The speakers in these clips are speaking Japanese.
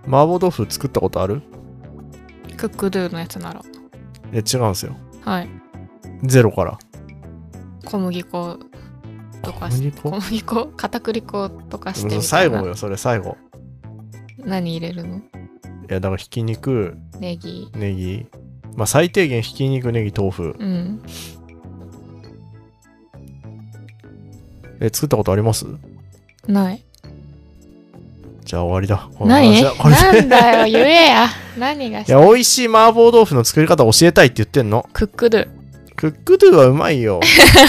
麻婆豆腐作ったことある？ クックドゥのやつなら。 違うんですよ。 はい。 ゼロから。 小麦粉とか小麦粉片栗粉とかしてみたいな。 最後よ、それ最後。 何入れるの？ いや、だからひき肉、 ネギ。 まあ最低限ひき肉、ネギ、豆腐。 うん。 作ったことあります？ ない。 じゃあ終わりだ。 何？なんだよ、言えや。何がしたい？ いや、美味しい麻婆豆腐の作り方教えたいって言ってんの。 クックドゥ。 クックドゥはうまいよ。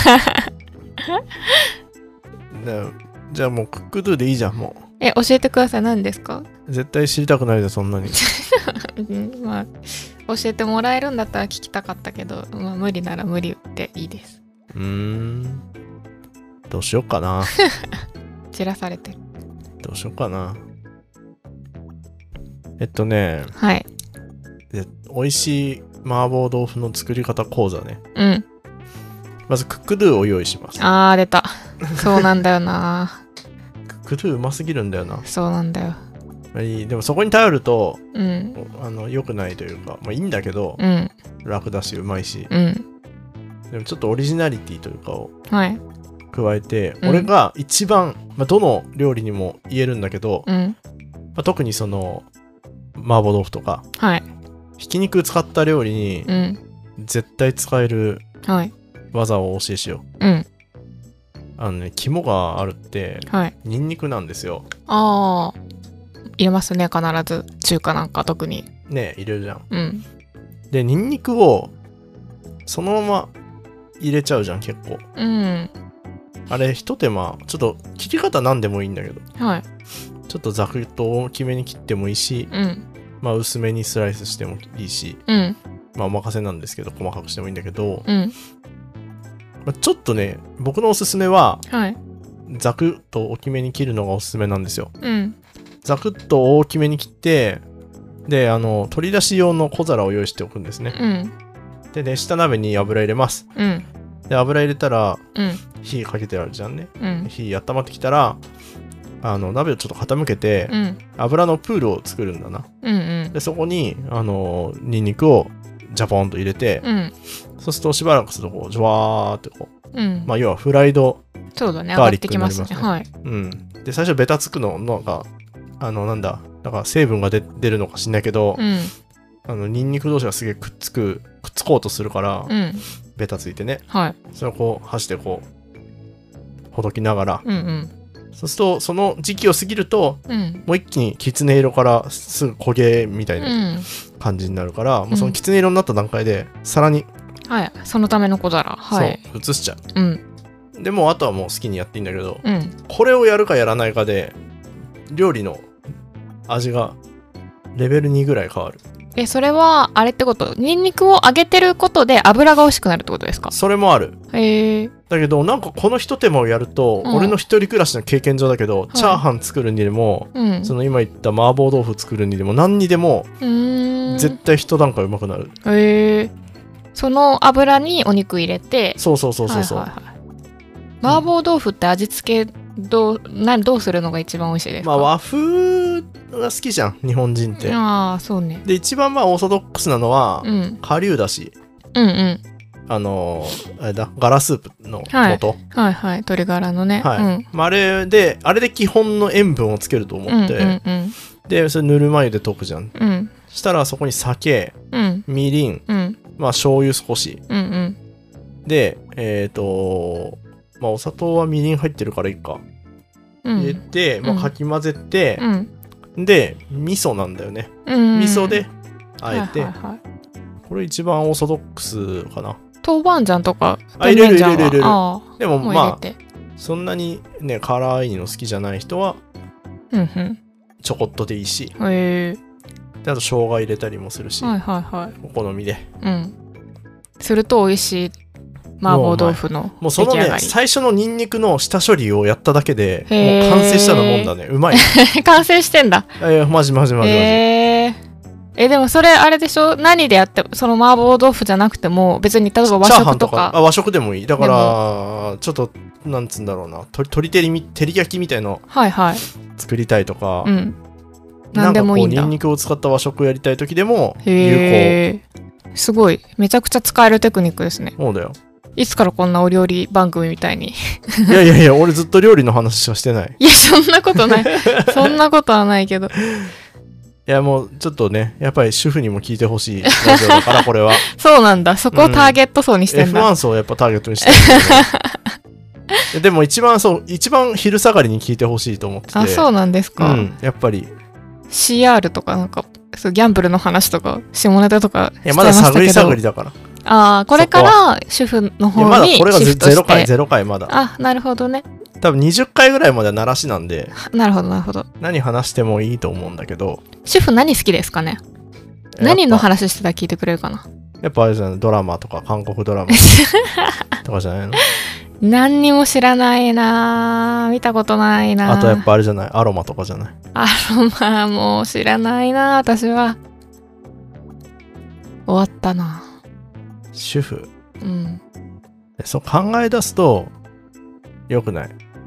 じゃあもうクックドゥでいいじゃん、もう。 教えてください。何ですか？ 絶対知りたくないで、そんなに。 まあ、教えてもらえるんだったら聞きたかったけど、まあ、無理なら無理でいいです。 どうしよっかな。 散らされてる。 どうしよっかな。 はい。 美味しい麻婆豆腐の作り方講座ね。 うん。 まずクックドゥを用意します。 出た。そうなんだよな。 クックドゥうますぎるんだよな。 そうなんだよ。 でもそこに頼ると、 うん。 良くないというか、まあいいんだけど、 うん。 楽だしうまいし、 うん。 でもちょっとオリジナリティというかをはい。 加えて、俺が一番、どの料理にも言えるんだけど、特にその麻婆豆腐とか、 はい。 ひき肉使った料理に絶対使える技をお教えしよう。肝があるって、ニンニクなんですよ。 入れますね、必ず。中華なんか特に。 ね、入れるじゃん。で、ニンニクをそのまま入れちゃうじゃん、結構。あれ、ひと手間、ちょっと切り方なんでもいいんだけど、ちょっとザクッと大きめに切ってもいいし、まあ薄めにスライスしてもいいし、まあお任せなんですけど、細かくしてもいいんだけど、ちょっとね、僕のおすすめは、ザクッと大きめに切るのがおすすめなんですよ。ザクッと大きめに切って、で、取り出し用の小皿を用意しておくんですね。で、熱した鍋に油入れます。で、油入れたら、火かけてあるじゃんね。火温まってきたら、鍋をちょっと傾けて、油のプールを作るんだな。で、そこに、ニンニクをジャポンと入れて、そうするとしばらくするとこう、ジュワーってこう、まあ要はフライドガーリックになりますね。で、最初ベタつくのが、なんだから成分が出るのかしんないけど、ニンニク同士がすげえくっつこうとするから、ベタついてね。それをこう、箸でこう、ほどきながら、そうすると、その時期を過ぎると、もう一気にきつね色からすぐ焦げみたいな感じになるから、もうそのきつね色になった段階で、さらに、 そのための小皿。 そう、移しちゃう。でもうあとはもう好きにやっていいんだけど、 うん、 これをやるかやらないかで料理の味がレベル2ぐらい変わる。 それはあれってこと？ニンニクを揚げてることで油が美味しくなるってことですか？ それもある。 へえ。 だけどなんかこの一手間をやると、俺の一人暮らしの経験上だけど、チャーハン作るにでも、その今言った麻婆豆腐作るにでも何にでも絶対一段階うまくなる。 へえ。その油にお肉入れて、 そうそうそうそうそう、 麻婆豆腐って味付けどうするのが一番美味しいですか？ まあ和風が好きじゃん日本人って。 ああそうね。 で一番まあオーソドックスなのは、顆粒だし、あれだガラスープの素、 はいはい鶏ガラのね、 あれで基本の塩分をつけると思って、でそれぬるま湯で溶くじゃん、したらそこに酒、みりん、まあ醤油少し、でまあお砂糖はみりん入ってるからいいか、入れて、まあ、かき混ぜて、で味噌なんだよね、味噌であえて、これ一番オーソドックスかな。 豆板醤とか入れるでもまあそんなにね辛いの好きじゃない人はちょこっとでいいし、であと生姜入れたりもするし、お好みで、すると美味しい麻婆豆腐のもうそのね最初のニンニクの下処理をやっただけでもう完成したのもんだね。うまい完成してんだ。 マジでもそれあれでしょ、何でやってその麻婆豆腐じゃなくても別に例えば和食とか和食でもいい。だからちょっとなんつうんだろうな、鶏照り焼きみたいの作りたいとか、 何でもいいんだ。 ニンニクを使った和食をやりたい時でも有効。すごい。めちゃくちゃ使えるテクニックですね。 そうだよ。 いつからこんなお料理番組みたいに。 いや、俺ずっと料理の話しかしてない。 いや、そんなことない。そんなことはないけど。いや、もうちょっとね、やっぱり主婦にも聞いてほしいラジオだから、これは。 そうなんだ。そこをターゲット層にしてんだ。 F1 層をやっぱターゲットにしてる。でも一番昼下がりに聞いてほしいと思ってて。 あ、そうなんですか。 やっぱり。 CR とかなんか、そうギャンブルの話とか、下ネタとかしてましたけど。 いや、まだ探りだから。 ああ、これから主婦の方にシフトして。まだこれが 0回まだ。 あ、なるほどね。 多分20回ぐらいまでは鳴らしなんで。 なるほど、なるほど。 何話してもいいと思うんだけど。 主婦何好きですかね？何の話してたら聞いてくれるかな？ やっぱあれじゃない、ドラマとか、韓国ドラマとかじゃないの？ 何にも知らないなぁ。見たことないなぁ。 あとやっぱあれじゃない、アロマとかじゃない？ アロマもう知らないなぁ、私は。終わったな。 主婦。そう考え出すと良くない。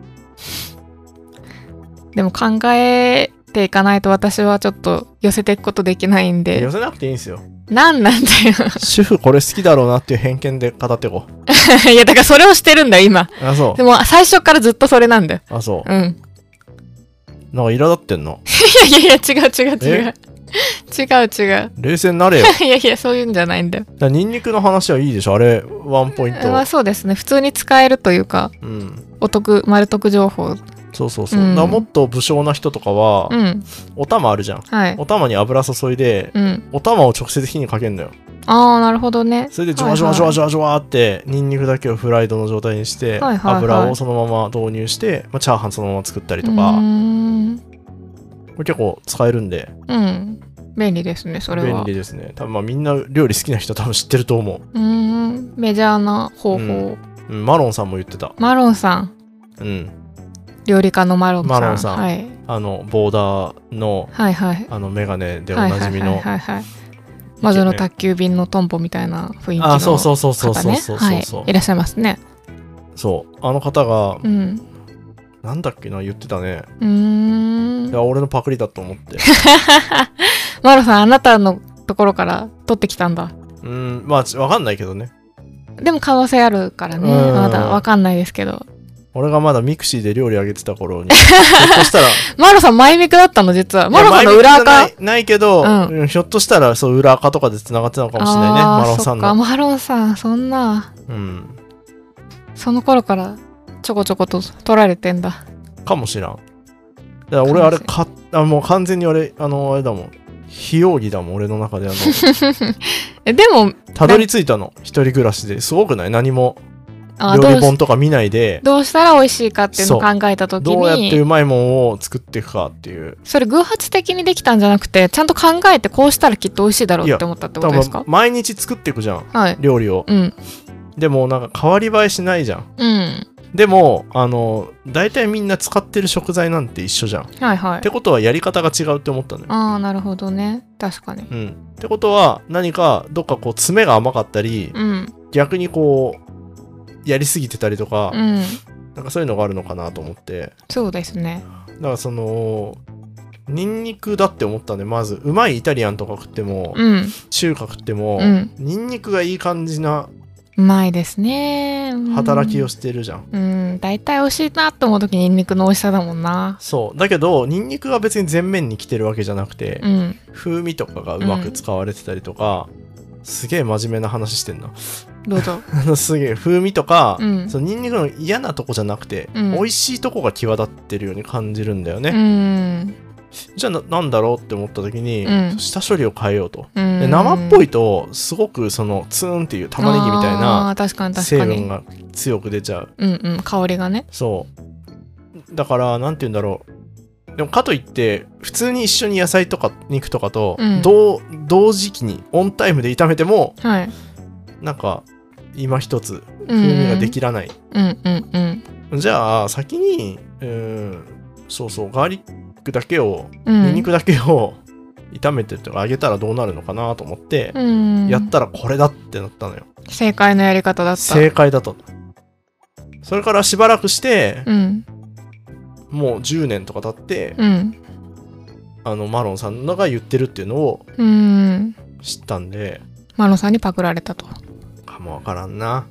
でも考えていかないと私はちょっと寄せていくことできないんで。 寄せなくていいんですよ。 なんだよ。 主婦これ好きだろうなっていう偏見で語ってこう。いや、だからそれをしてるんだよ、今。 あ、そう。 でも最初からずっとそれなんだよ。 あ、そう。 うん。 なんか苛立ってんの？ いや、違う。 冷静になれよ。 いや、そういうんじゃないんだよ。 ニンニクの話はいいでしょ、あれ、ワンポイント。 まあそうですね。普通に使えるというか、丸得情報。 そう。だからもっと武将な人とかは、お玉あるじゃん。はい。お玉に油注いで、お玉を直接火にかけるのよ。 ああ、なるほどね。 それでジョワジョワって、ニンニクだけをフライドの状態にして、油をそのまま導入して、チャーハンそのまま作ったりとか、これ結構使えるんで。 便利ですね、それは。 便利ですね。多分みんな料理好きな人多分知ってると思う。 メジャーな方法。 マロンさんも言ってた。 マロンさん。料理家のマロンさん。 はい。ボーダーの、メガネでおなじみの。 魔女の宅急便のトンボみたいな雰囲気の方ね。そう。いらっしゃいますね。 そう。あの方が、なんだっけな、言ってたね。いや、俺のパクリだと思って。 マロさん、あなたのところから取ってきたんだ。 まあ、わかんないけどね。 でも可能性あるからね。まだわかんないですけど。 俺がまだミクシーで料理あげてた頃に。ひょっとしたら。 マロさん、前ミクだったの、実は。マロさんの裏垢。 ないけど、ひょっとしたら、そう、裏垢とかで繋がってたのかもしれないね。マロンさんの。 マロンさん、そんな。その頃からちょこちょこと取られてんだ。 かもしらん。だから俺、あれ、もう完全に俺、あれだもん。非容疑だもん、俺の中で。 でも、 たどり着いたの。一人暮らしですごくない？何も。料理本とか見ないでどうしたら美味しいかっていうのを考えた時にどうやってうまいもんを作っていくかっていう。 それ偶発的にできたんじゃなくてちゃんと考えてこうしたらきっと美味しいだろうって思ったってことですか？ 毎日作っていくじゃん、料理を、でもなんか変わり映えしないじゃん、でも大体みんな使ってる食材なんて一緒じゃん、ってことはやり方が違うって思ったのよ。 ああ、なるほどね、確かに。 ってことは何かどっかこう詰めが甘かったり、逆にこうやりすぎてたりとか、なんかそういうのがあるのかなと思って。 そうですね。 だからニンニクだって思ったんで、まずうまいイタリアンとか食っても、中華食っても、ニンニクがいい感じなうまいですね。 働きをしてるじゃん。 大体美味しいなと思う時ニンニクの美味しさだもんな。 そうだけどニンニクが別に全面に来てるわけじゃなくて、風味とかがうまく使われてたりとか、すげえ真面目な話してんな。 どうぞ。 すげえ風味とか、そのニンニクの嫌なとこじゃなくて、美味しいとこが際立ってるように感じるんだよね。じゃあなんだろうって思った時に、下処理を変えようと。で生っぽいとすごくそのツーンっていう玉ねぎみたいな成分が強く出ちゃう。 香りがね。 そうだからなんて言うんだろう。でもかといって普通に一緒に野菜とか肉とかと同時期にオンタイムで炒めても、なんか今一つ風味ができらない。じゃあ先にガーリックだけを、ニンニクだけを炒めてとか揚げたらどうなるのかなと思って、やったらこれだってなったのよ。 正解のやり方だった。 正解だと。それからしばらくして、もう10年とか経って、 マロンさんのが言ってるっていうのを知ったんで、 マロンさんにパクられたとかもわからんな。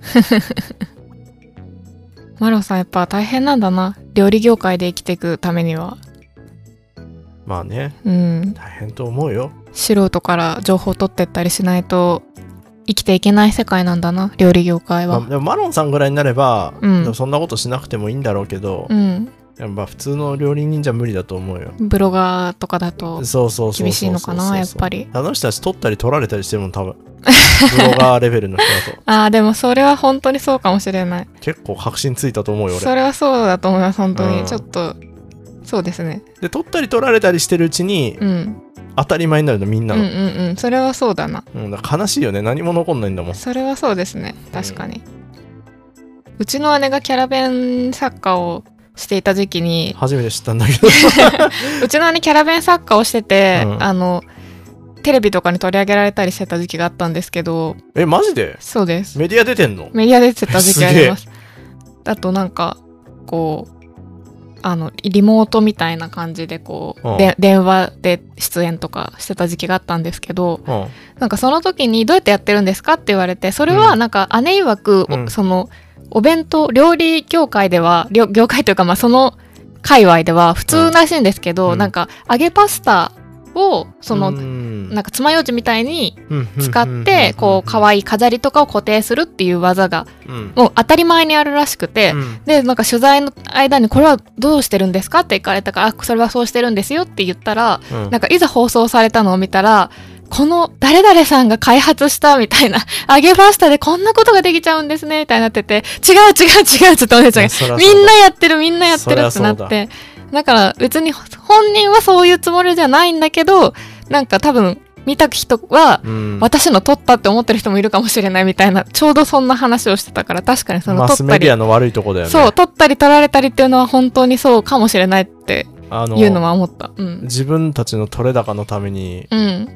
マロンさんやっぱ大変なんだな、料理業界で生きていくためには。 まあね、大変と思うよ。 素人から情報を取ってったりしないと生きていけない世界なんだな、料理業界は。 でもマロンさんぐらいになれば、そんなことしなくてもいいんだろうけど、やっぱ普通の料理人じゃ無理だと思うよ。 ブロガーとかだと厳しいのかな、やっぱり。 あの人たち取ったり取られたりしてるもん、多分。ブロガーレベルの人だと。 ああ、でもそれは本当にそうかもしれない。 結構確信ついたと思うよ、俺。 それはそうだと思います、本当に。ちょっと、そうですね。 で、取ったり取られたりしてるうちに、当たり前になるの、みんなの。 それはそうだな。 だから悲しいよね、何も残んないんだもん。 それはそうですね、確かに。うちの姉がキャラ弁作家をしていた時期に、 初めて知ったんだけど。 うちの姉キャラ弁作家をしてて、テレビとかに取り上げられたりしてた時期があったんですけど。 マジで？ そうです。 メディア出てんの？ メディア出てた時期あります。あとなんかこうリモートみたいな感じでこう、電話で出演とかしてた時期があったんですけど、なんかその時にどうやってやってるんですかって言われて、それはなんか姉曰く、そのお弁当料理業界では業界というか、まあその界隈では普通らしいんですけど、なんか揚げパスタをそのなんか爪楊枝みたいに使ってこう可愛い飾りとかを固定するっていう技がもう当たり前にあるらしくて、でなんか取材の間にこれはどうしてるんですかって聞かれたから、それはそうしてるんですよって言ったら、なんかいざ放送されたのを見たら、この誰々さんが開発したみたいな揚げパスタでこんなことができちゃうんですねみたいになってて、違うちょっとお姉ちゃんがみんなやってるってなって、だから別に本人はそういうつもりじゃないんだけど、なんか多分見た人は私の撮ったって思ってる人もいるかもしれないみたいな、ちょうどそんな話をしてたから、確かにその撮ったり、 マスメディアの悪いとこだよね。 そう、撮ったり撮られたりっていうのは本当にそうかもしれないっていうのは思った。 自分たちの取れ高のために、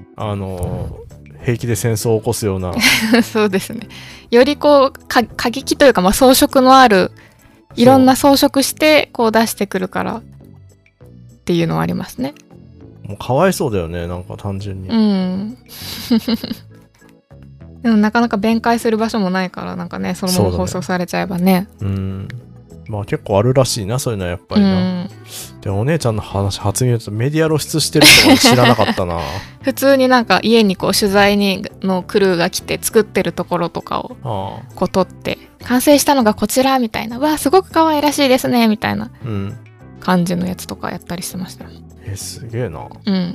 平気で戦争を起こすようなそうですね。よりこう過激というか、まあ装飾のある、いろんな装飾してこう出してくるからっていうのはありますね。 もうかわいそうだよね、なんか単純に。 でもなかなか弁解する場所もないから、なんかね、そのまま放送されちゃえばね。 まあ結構あるらしいな、そういうのはやっぱりな。でもお姉ちゃんの話、初耳だとメディア露出してるとか知らなかったな。 普通になんか家にこう取材のクルーが来て作ってるところとかをこう撮って、完成したのがこちらみたいな、わあすごく可愛らしいですねみたいな感じのやつとかやったりしてましたよ。 すげえな。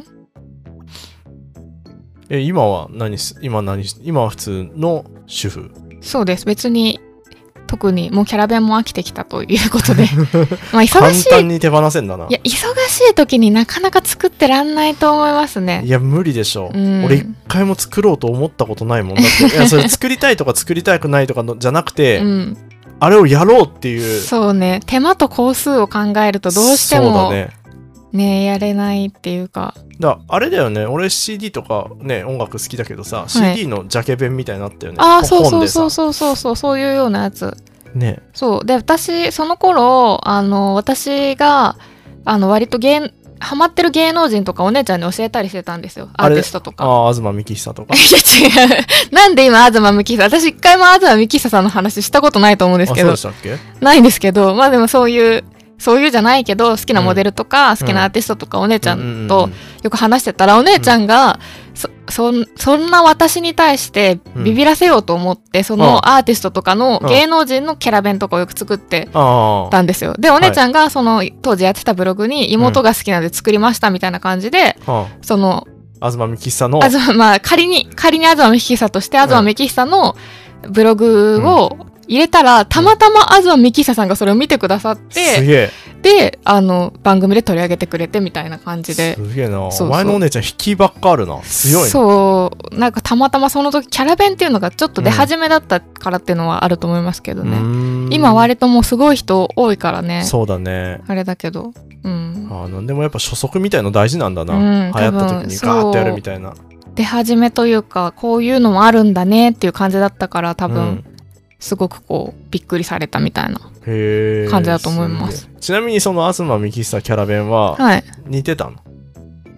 今は普通の主婦？そうです。別に特にもうキャラ弁も飽きてきたということでまあ忙しい、 簡単に手放せんだな。 いや忙しい時になかなか作ってらんないと思いますね。 いや無理でしょ、俺一回も作ろうと思ったことないもんだって。いやそれ作りたいとか作りたくないとかのじゃなくて、あれをやろうっていう。 そうね、手間と工数を考えるとどうしてもねやれないっていうか。 あれだよね、俺 CD とかね音楽好きだけどさ、CD のジャケ弁みたいになったよね。 ああそうそういうようなやつね。 そうで、私その頃私が割とハマってる芸能人とかお姉ちゃんに教えたりしてたんですよ、アーティストとか。 東幹久とか。いや違うなんで今東幹久、私一回も東幹久さんの話したことないと思うんですけど。 そうでしたっけ？ ないんですけど、まあでもそういうじゃないけど、好きなモデルとか、好きなアーティストとかお姉ちゃんとよく話してたら、お姉ちゃんが、そんな私に対してビビらせようと思って、そのアーティストとかの芸能人のキャラ弁とかをよく作ってたんですよ。でお姉ちゃんがその当時やってたブログに妹が好きなので作りましたみたいな感じで、その東幹久のまあ仮に東幹久として東幹久のブログを入れたら、たまたま東幹久さんがそれを見てくださって、 すげえ。 で番組で取り上げてくれてみたいな感じで。 すげえな。お前のお姉ちゃん引きばっかあるな。強いな。 そうなんかたまたまその時キャラ弁っていうのがちょっと出始めだったからっていうのはあると思いますけどね。今割ともうすごい人多いからね。 そうだね。 あれだけど、 なんでもやっぱ初速みたいの大事なんだな。流行った時にガーッとやるみたいな。 出始めというか、こういうのもあるんだねっていう感じだったから、多分、すごくこうびっくりされたみたいな感じだと思います。 ちなみにその東幹久キャラ弁は似てたの？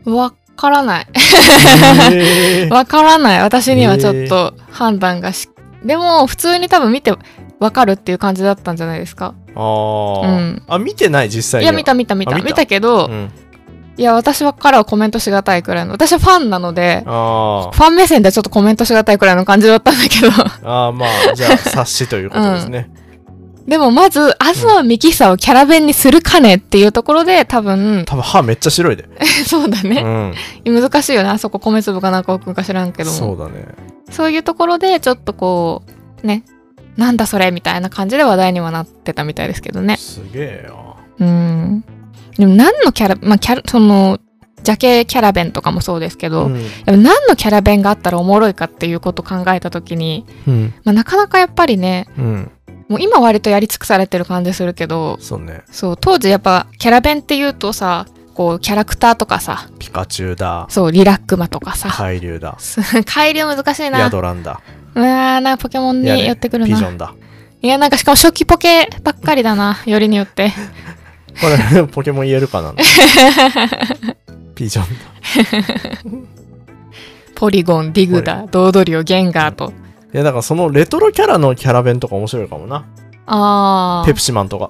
わからない。わからない。私にはちょっと判断がでも、普通に多分見てわかるっていう感じだったんじゃないですか。 見てない実際に。 いや、見たけど、いや、私からはコメントしがたいくらいの。私はファンなので、ファン目線ではちょっとコメントしがたいくらいの感じだったんだけど。 じゃあ、察しということですね。 でもまず、東幹久をキャラ弁にするかねっていうところで、多分歯めっちゃ白いで。 そうだね。難しいよね。あそこ米粒かなんか置くか知らんけども。 そうだね。 そういうところで、ちょっとこう、ね、なんだそれみたいな感じで話題にはなってたみたいですけどね。 すげえよ。 でも何のキャラ、その、ジャケキャラ弁とかもそうですけど、何のキャラ弁があったらおもろいかっていうことを考えたときに、なかなかやっぱりね、もう今割とやり尽くされてる感じするけど、 そうね。 そう、当時やっぱキャラ弁っていうとさ、こうキャラクターとかさ、 ピカチュウだ。 そう、リラックマとかさ。 海竜だ。 海竜難しいな。 ヤドランだ。 ポケモンに寄ってくるな。 ピジョンだ。 いや、なんかしかも初期ポケばっかりだな、よりによって。 これ、ポケモン言えるかなピジョンだ。 ポリゴン、ディグダ、ドードリオ、ゲンガーと。 いや、だからそのレトロキャラのキャラ弁とか面白いかもな。ペプシマンとか。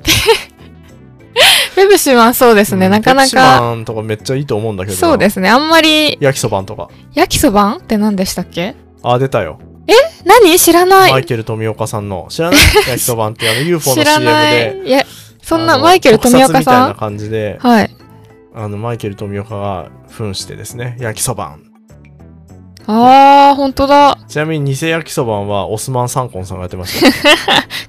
ペプシマンそうですね、なかなか。ペプシマンとかめっちゃいいと思うんだけど。 そうですね、あんまり。 焼きそばんとか。 焼きそばんって何でしたっけ？ 出たよ。 何？知らない。 マイケル富岡さんの。知らない？焼きそばんってUFO の CM で。 いや、そんなマイケル富岡さん。 みたいな感じで。 はい。 マイケル富岡が扮してですね、焼きそばん。 ほんとだ。 ちなみに偽焼きそばんはオスマン・サンコンさんがやってました。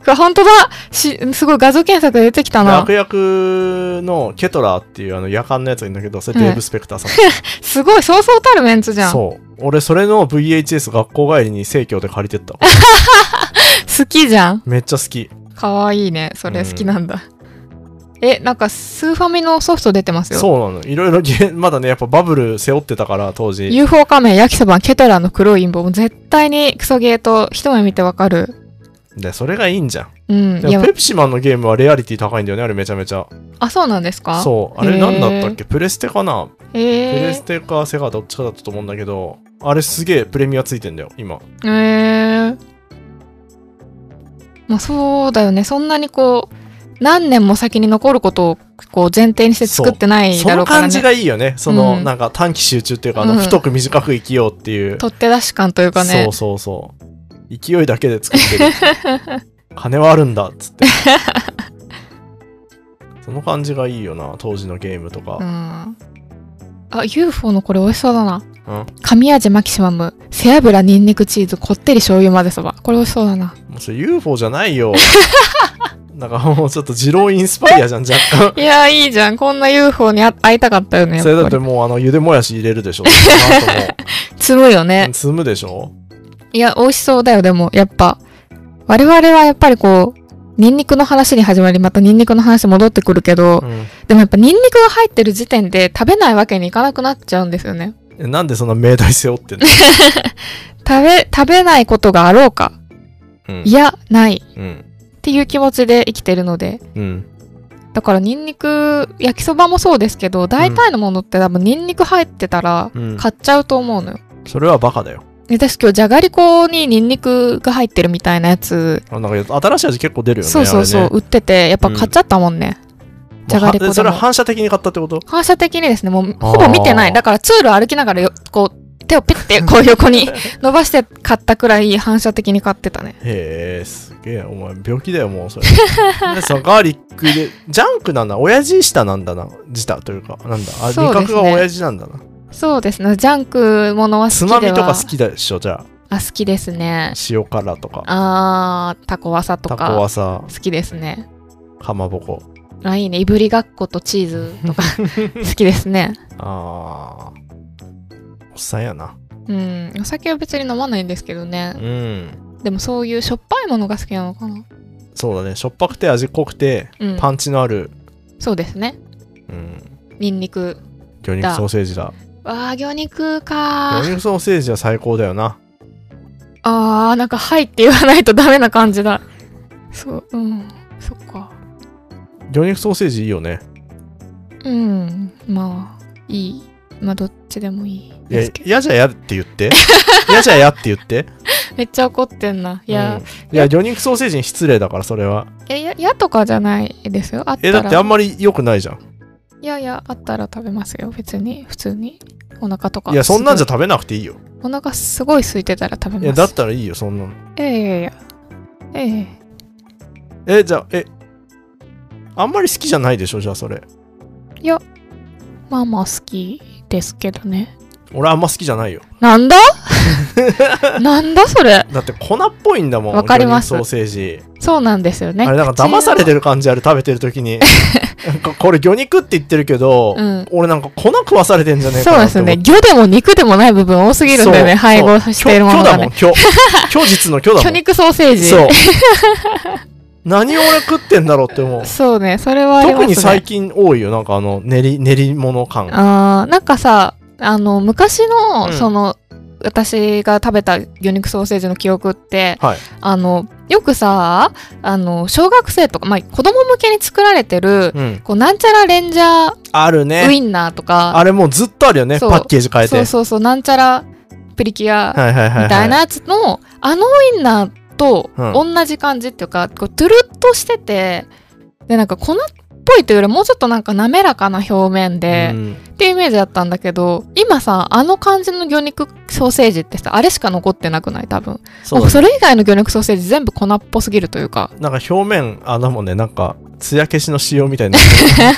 ほんとだ。すごい画像検索で出てきたな。 悪役のケトラーっていう夜間のやつがいるんだけど、それデーブ・スペクターさん。 すごい、そうそうたるメンツじゃん。 そう。俺、それの VHS 学校帰りに生協で借りてった。 好きじゃん。 めっちゃ好き。 かわいいね。それ好きなんだ。なんかスーファミのソフト出てますよ。 そうなの。いろいろまだね、やっぱバブル背負ってたから当時。 UFO 仮面、焼きそばん、ケトラの黒い陰謀も絶対にクソゲーと一目見てわかる。 で、それがいいんじゃん。でもペプシマンのゲームはレアリティ高いんだよね、あれめちゃめちゃ。 そうなんですか？ そう。あれなんだったっけ？プレステかな？プレステかセガどっちかだったと思うんだけど、あれすげえプレミアついてんだよ、今。 そうだよね。そんなにこう、何年も先に残ることをこう前提にして作ってないだろうからね。その感じがいいよね。なんか短期集中っていうか、太く短く生きようっていう。 取って出し感というかね。 そう。勢いだけで作ってる。金はあるんだっつって。その感じがいいよな、当時のゲームとか。 UFO のこれ美味しそうだな。神味マキシマム、背脂ニンニクチーズ、こってり醤油混ぜそば。これ美味しそうだな。 もうそれ UFO じゃないよ。なんかもうちょっと二郎インスパイアじゃん、若干。 いや、いいじゃん。こんな UFO に会いたかったよね。 それだってもうゆでもやし入れるでしょ。 積むよね。 積むでしょ。 いや、美味しそうだよ、でも、やっぱ。我々はやっぱりこう、ニンニクの話に始まり、またニンニクの話戻ってくるけど、でもやっぱニンニクが入ってる時点で食べないわけにいかなくなっちゃうんですよね。 なんでそんな命題背負ってんの？ 食べないことがあろうか。いや、ない。っていう気持ちで生きてるので。だからニンニク、焼きそばもそうですけど、大体のものって多分ニンニク入ってたら買っちゃうと思うのよ。 それはバカだよ。 私今日じゃがりこにニンニクが入ってるみたいなやつ。 なんか新しい味結構出るよね。 そう、売ってて、やっぱ買っちゃったもんね。じゃがりこでも。 それは反射的に買ったってこと？ 反射的にですね、もうほぼ見てない。だから通路歩きながらこう、手をピッてこう横に伸ばして買ったくらい反射的に買ってたね。 へえ、すげえ。お前病気だよ、もうそれ。でそのガーリックで、ジャンクなんだ。親父舌なんだな。舌というか、なんだ。味覚が親父なんだな。 そうですね。ジャンクものは好きでは。 つまみとか好きでしょ、じゃあ。 好きですね。 塩辛とか。 タコワサとか。 タコワサ。 好きですね。 かまぼこ。 いいね。いぶりがっことチーズとか好きですね。 おっさんやな。 お酒は別に飲まないんですけどね。でもそういうしょっぱいものが好きなのかな。 そうだね。しょっぱくて味濃くて、パンチのある。 そうですね。ニンニク。 魚肉ソーセージだ。 魚肉か。 魚肉ソーセージは最高だよな。 なんかはいって言わないとダメな感じだ。そっか。 魚肉ソーセージいいよね。 まあ、いい。 まあどっちでもいいですけど。いや、嫌じゃ嫌って言って。嫌じゃ嫌って言って。 めっちゃ怒ってんな。いや、 魚肉ソーセージに失礼だから、それは。 嫌とかじゃないですよ。あったら。 だってあんまり良くないじゃん。 いや、あったら食べますよ。別に、普通に。お腹とか。 いや、そんなんじゃ食べなくていいよ。 お腹すごい空いてたら食べます。いや、 だったらいいよ、そんなの。じゃあ、あんまり好きじゃないでしょ、じゃあそれ。 いや、まあまあ好きですけどね。 俺あんま好きじゃないよ。 なんだなんだそれ。 だって粉っぽいんだもん。 わかります。 ソーセージ。 そうなんですよね。 あれなんか騙されてる感じある、食べてる時に。なんかこれ魚肉って言ってるけど、俺なんか粉食わされてんじゃねえかなって。 そうですね。魚でも肉でもない部分多すぎるんだよね。配合しているものがね。 虚実の虚だもん。 虚肉ソーセージ。 そう。何を俺食ってんだろうって思う。 そうね、それはありますね。 特に最近多いよ、なんか練り物感。 なんかさ、昔の、私が食べた魚肉ソーセージの記憶って、よくさ、小学生とか、まあ、子供向けに作られてる、こうなんちゃらレンジャーあるね。 ウインナーとか。 あれもうずっとあるよね、パッケージ変えて。 そう、なんちゃらプリキュアみたいなやつの、ウインナーと同じ感じっていうか、こうトゥルッとしてて、で、なんか粉っぽいというよりもうちょっとなんか滑らかな表面で、っていうイメージだったんだけど、今さ、感じの魚肉ソーセージってさ、あれしか残ってなくない？多分。それ以外の魚肉ソーセージ全部粉っぽすぎるというか。 なんか表面、もね、なんか、艶消しの塩みたいな。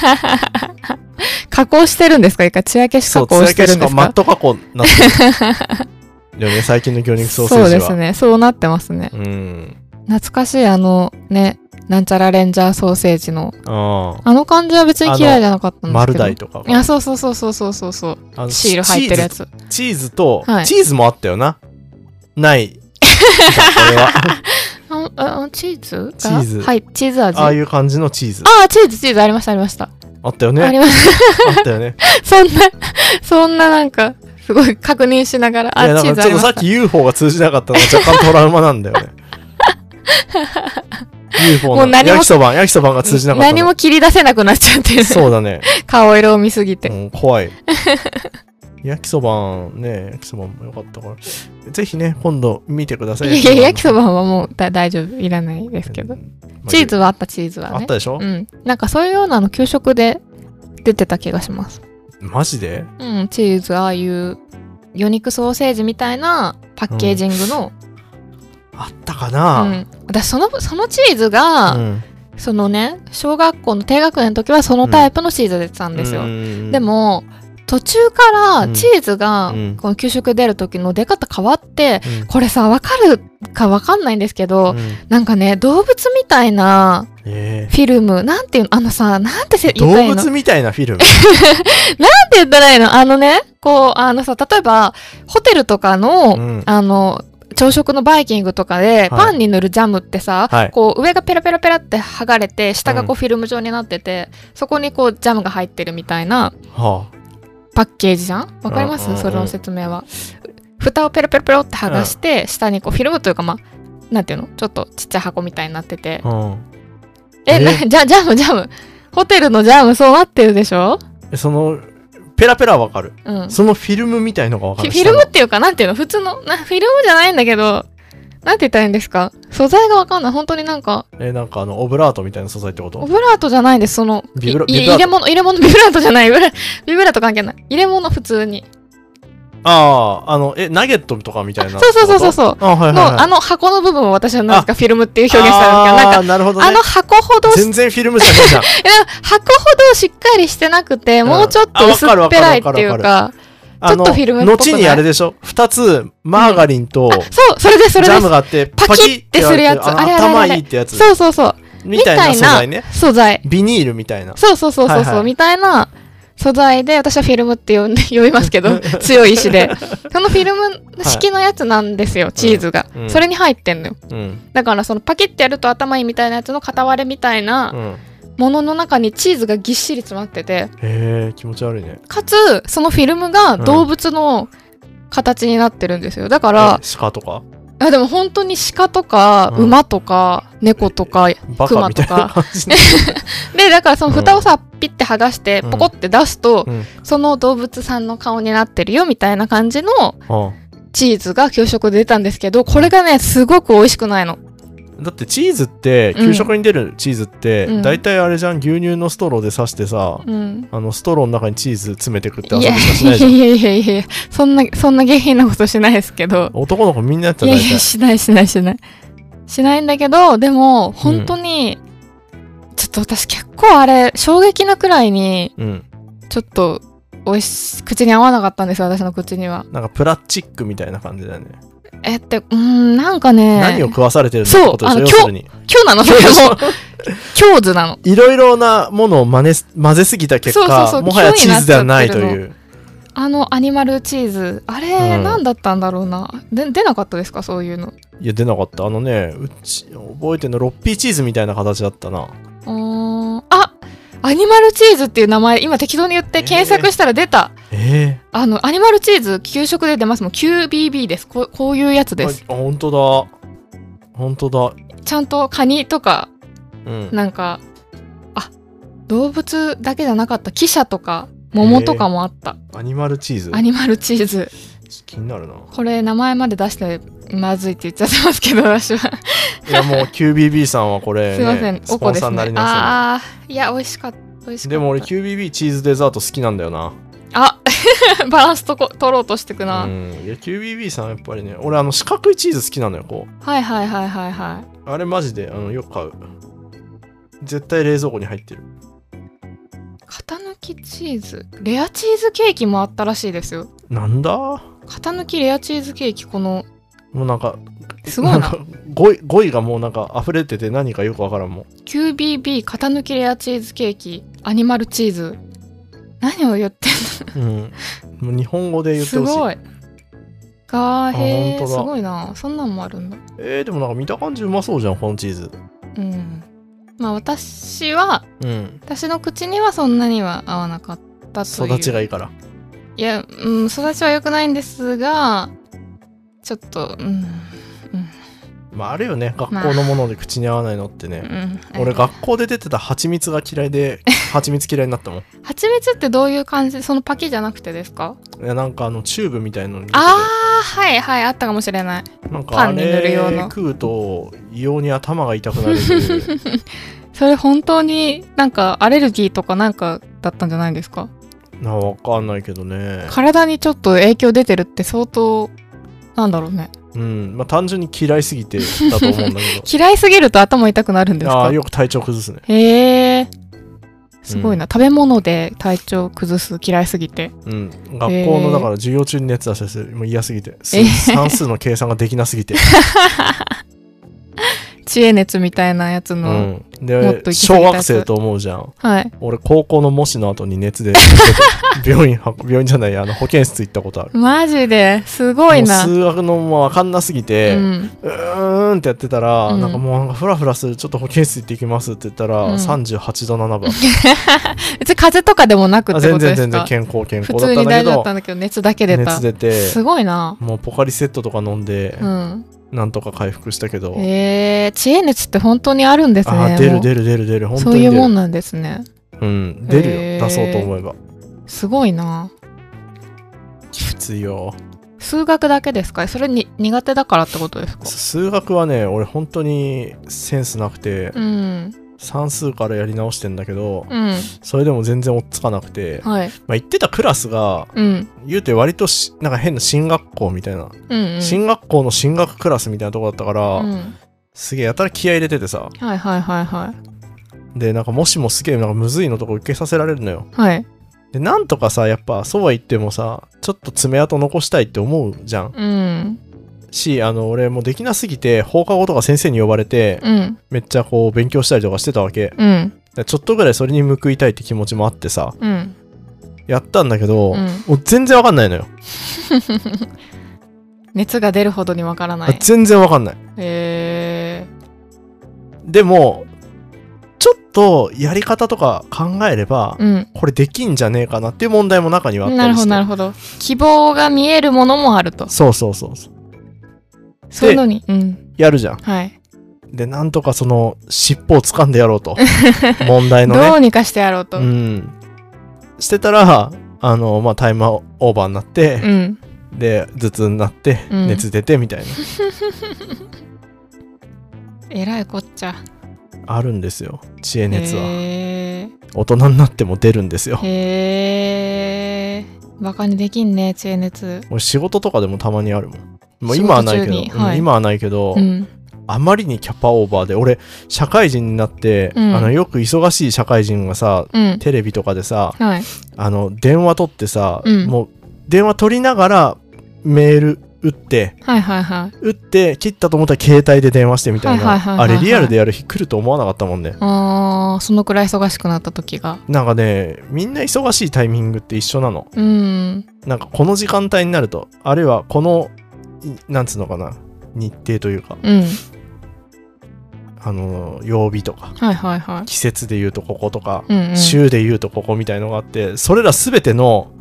加工してるんですか？艶消し加工してるんですか？ マット加工になってる。よね、最近の魚肉ソーセージは。 そうですね。そうなってますね。懐かしいなんちゃらレンジャーソーセージの。感じは別に嫌いじゃなかったんですけど。 丸大とか。 いや、そう。シール入ってるやつ。 チーズと、チーズもあったよな。ない。これは。チーズはい、 チーズ味。 ああいう感じのチーズ。 チーズありました。 あったよね。 ありました。 あったよね。 そんななんか、すごい確認しながら、 チーズありました。ちょっとさっき UFO が通じなかったのが若干トラウマなんだよね。UFO の焼きそばが通じなかった。 何も切り出せなくなっちゃってる。 そうだね。 顔色を見すぎて。 怖い。焼きそばもよかったから。ぜひね、今度見てください。 いや、焼きそばはもう大丈夫。いらないですけど。チーズはあった、チーズはね。 あったでしょ？ なんかそういうような給食で出てた気がします。 マジで？ チーズ、ああいう魚肉ソーセージみたいなパッケージングの。 あったかな？ 私そのチーズが、そのね、小学校の低学年の時はそのタイプのチーズ出てたんですよ。でも、途中からチーズがこの給食出る時の出方変わって、これさ、わかるかわかんないんですけど、なんかね、動物みたいなフィルム、なんていうの、なんて言ったらいいの？ 動物みたいなフィルム。 なんて言ったらいいの？こう、さ、例えば、ホテルとかの、朝食のバイキングとかでパンに塗るジャムってさ、こう上がペラペラペラって剥がれて下がこうフィルム状になってて、そこにこうジャムが入ってるみたいなパッケージじゃん？わかります？それの説明は。蓋をペロペロペロって剥がして、下にこうフィルムというか、まあなんていうの、ちょっとちっちゃい箱みたいになってて、ジャムホテルのジャムそうなってるでしょ？ ペラペラわかる、そのフィルムみたいのがわかる。 フィルムっていうか、なんていうの、普通のフィルムじゃないんだけど、なんて言ったらいいんですか？素材がわかんない。本当になんか。 なんかオブラートみたいな素材ってこと？ オブラートじゃないです。入れ物、ビブラートじゃない。ビブラート関係ない。入れ物普通に。 ナゲットとかみたいな。 そう。箱の部分を私は何ですかフィルムっていう表現したんですけど、 なるほどね。 箱ほど。 全然フィルムじゃないじゃん。 箱ほどしっかりしてなくて、もうちょっと薄っぺらいっていうか、ちょっとフィルムっぽくない？ 後にあれでしょ？二つ、マーガリンと、 それです。ジャムがあって、 パキってするやつ。 頭いいってやつ。 そう。 みたいな素材ね。 素材。 ビニールみたいな。 そう。みたいな素材で、私はフィルムって呼びますけど、強い意志で。そのフィルム式のやつなんですよ、チーズが。それに入ってんのよ。だからそのパキってやると頭いいみたいなやつの片割れみたいなものの中にチーズがぎっしり詰まってて。 気持ち悪いね。 かつ、そのフィルムが動物の形になってるんですよ。だから、 鹿とか？ でも本当に鹿とか馬とか猫とか熊とかでだからその蓋をさ、ピッて剥がしてポコって出すと、その動物さんの顔になってるよみたいな感じのチーズが給食で出たんですけど、これがねすごく美味しくないの。 だってチーズって給食に出るチーズって大体あれじゃん、牛乳のストローで刺してさ、ストローの中にチーズ詰めてくって遊びしかしないじゃん。 いやそんな下品なことしないですけど。 男の子みんなやってたら大体。 いやしないんだけど、でも本当に、ちょっと私結構あれ衝撃なくらいにちょっと口に合わなかったんですよ、私の口には。 なんかプラスチックみたいな感じだよね。 なんかね、 何を食わされてるのってことでしょ。 今日なのそれも強図なの。 いろいろなものを混ぜすぎた結果、もはやチーズではないという。 アニマルチーズあれ、何だったんだろうな。出なかったですか、そういうの。 いや出なかった。うち覚えてるのロッピーチーズみたいな形だったな。 アニマルチーズっていう名前今適当に言って検索したら出た。アニマルチーズ給食で出ますもん。 QBB です。こういうやつです。 本当だ。ちゃんとカニとか、なんか動物だけじゃなかった。汽車とか桃とかもあった。 アニマルチーズ気になるな。これ名前まで出してまずいって言っちゃってますけど、私は。 いやもう QBB さんはこれ、ね、 すいません、 スポンサーになりなさい。いや美味しかった。 でも俺 QBB チーズデザート好きなんだよな。 バランス取ろうとしてくな。 いや QBB さんやっぱりね、俺四角いチーズ好きなのよ。 はいあれマジでよく買う。絶対冷蔵庫に入ってる。 型抜きチーズ、レアチーズケーキもあったらしいですよ。 なんだ型抜きレアチーズケーキ。もうなんかすごいな。 語彙がもうなんか溢れてて何かよくわからんもん。 QBB 型抜きレアチーズケーキアニマルチーズ、何を言ってんの。 もう日本語で言ってほしい。 すごい。へえ、すごいな。そんなんもあるんだ。 でもなんか見た感じうまそうじゃん、このチーズ。 私の口にはそんなには合わなかったという。 育ちがいいから。 いや、育ちは良くないんですが、ちょっとあるよね、学校のもので口に合わないのってね。俺学校で出てた蜂蜜が嫌いで蜂蜜嫌いになったもん。 蜂蜜ってどういう感じ？そのパキじゃなくてですか？ いやなんかチューブみたいなのにはいあったかもしれない。 なんかパンに塗る用の。食うと異様に頭が痛くなる。 それ本当になんかアレルギーとかなんかだったんじゃないですか？ わかんないけどね。 体にちょっと影響出てるって相当なんだろうね。 単純に嫌いすぎてだと思うんだけど。 嫌いすぎると頭痛くなるんですか？ よく体調崩すね。 へえ、すごいな。食べ物で体調崩す、嫌いすぎて。 学校のだから授業中に熱出してもう嫌すぎて、算数の計算ができなすぎて。 知恵熱みたいなやつの、 で小学生と思うじゃん。俺高校の模試の後に熱で病院じゃない保健室行ったことある。 マジですごいな。 数学のもう分かんなすぎて、ってやってたら、なんかもうフラフラする、ちょっと保健室行ってきますって言ったら、38度7分。別に風邪とかでもなくってことですか？ 全然健康だったんだけど、 普通に大丈夫だったんだけど熱だけ出た。 熱出てすごいな。 もうポカリセットとか飲んで、なんとか回復したけど。 知恵熱って本当にあるんですね。 出る本当にそういうもんなんですね。 出るよ、出そうと思えば。 すごいな。 きついよ。 数学だけですか？それに苦手だからってことですか？ 数学はね、俺本当にセンスなくて、算数からやり直してんだけど、それでも全然追っつかなくて、行ってたクラスが、言うて割となんか変な進学校みたいな、進学校の進学クラスみたいなとこだったから、すげえやたら気合い入れててさ、でなんかもしもすげえなんかむずいのとこ受けさせられるのよ。でなんとかさ、やっぱそうは言ってもさ、ちょっと爪痕残したいって思うじゃん。俺もできなすぎて放課後とか先生に呼ばれて、めっちゃこう勉強したりとかしてたわけ。ちょっとぐらいそれに報いたいって気持ちもあってさ、やったんだけど、もう全然わかんないのよ。 熱が出るほどにわからない。 全然わかんない。でもちょっとやり方とか考えれば、これできんじゃねえかなっていう問題も中にはあったりして。 なるほど。希望が見えるものもあると。 そう。 そういうのに、 やるじゃん。 はい。 で、なんとかその尻尾を掴んでやろうと。問題のね。 どうにかしてやろうと。 してたら、まあ、タイムオーバーになって、で、頭痛になって、熱出てみたいな。 えらいこっちゃ。 あるんですよ、知恵熱は。大人になっても出るんですよ。 バカにできんね、知恵熱。 俺仕事とかでもたまにあるもん。もう今はないけど、今はないけど、あまりにキャパオーバーで、俺社会人になって、よく忙しい社会人がさ、テレビとかでさ、電話取ってさ、もう電話取りながらメール打って、打って切ったと思ったら携帯で電話してみたいな、あれリアルでやる日来ると思わなかったもんね。 そのくらい忙しくなった時が。 なんかね、みんな忙しいタイミングって一緒なの。なんかこの時間帯になると、あるいはこのなんつうのかな、日程というか、曜日とか、季節でいうとこことか、週でいうとここみたいのがあって、それらすべての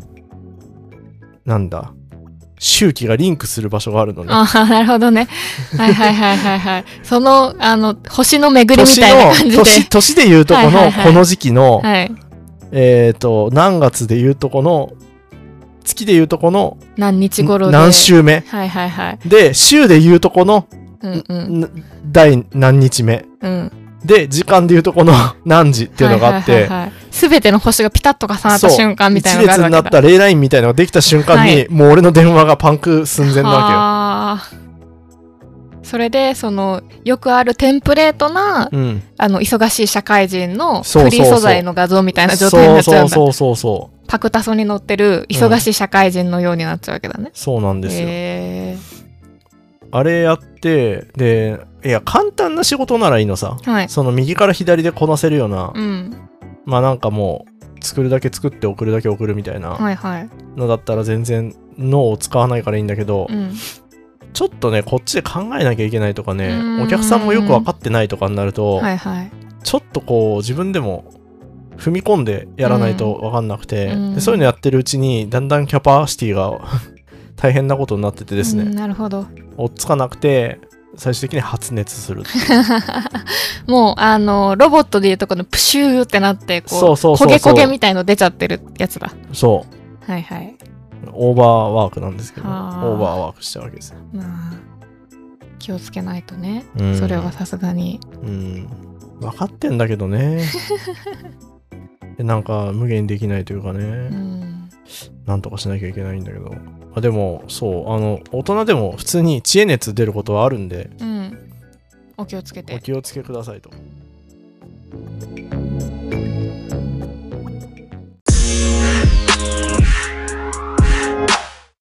なんだ周期がリンクする場所があるのね。 なるほどね。はい。その星の巡りみたいな感じで、 年でいうとこのこの時期の、何月でいうとこの月でいうとこの何日頃で何週目、で週でいうとこの第何日目、で時間でいうとこの何時っていうのがあって、 すべての星がピタッと重なった瞬間みたいなのがあるわけだ。 一列になったレイラインみたいなのができた瞬間に、もう俺の電話がパンク寸前なわけよ。 それでそのよくあるテンプレートな、忙しい社会人のフリー素材の画像みたいな状態になっちゃうんだ。そうパクタソに載ってる忙しい社会人のようになっちゃうわけだね。 そうなんですよ。あれやって、で、いや簡単な仕事ならいいのさ、その右から左でこなせるような、まあなんかもう作るだけ作って送るだけ送るみたいなのだったら全然脳を使わないからいいんだけど、ちょっとねこっちで考えなきゃいけないとかね、お客さんもよく分かってないとかになると、ちょっとこう自分でも踏み込んでやらないと分かんなくて、でそういうのやってるうちにだんだんキャパシティが大変なことになっててですね、 なるほど。 追っつかなくて最終的に発熱するもうロボットでいうとこのプシューってなってこう焦げみたいの出ちゃってるやつだ。 そう、オーバーワークなんですけど、オーバーワークしちゃうわけですよ。 気をつけないとね、それはさすがに。 分かってんだけどねなんか無限にできないというかね、なんとかしなきゃいけないんだけど、でもそう大人でも普通に知恵熱出ることはあるんで、 お気をつけてお気をつけくださいと。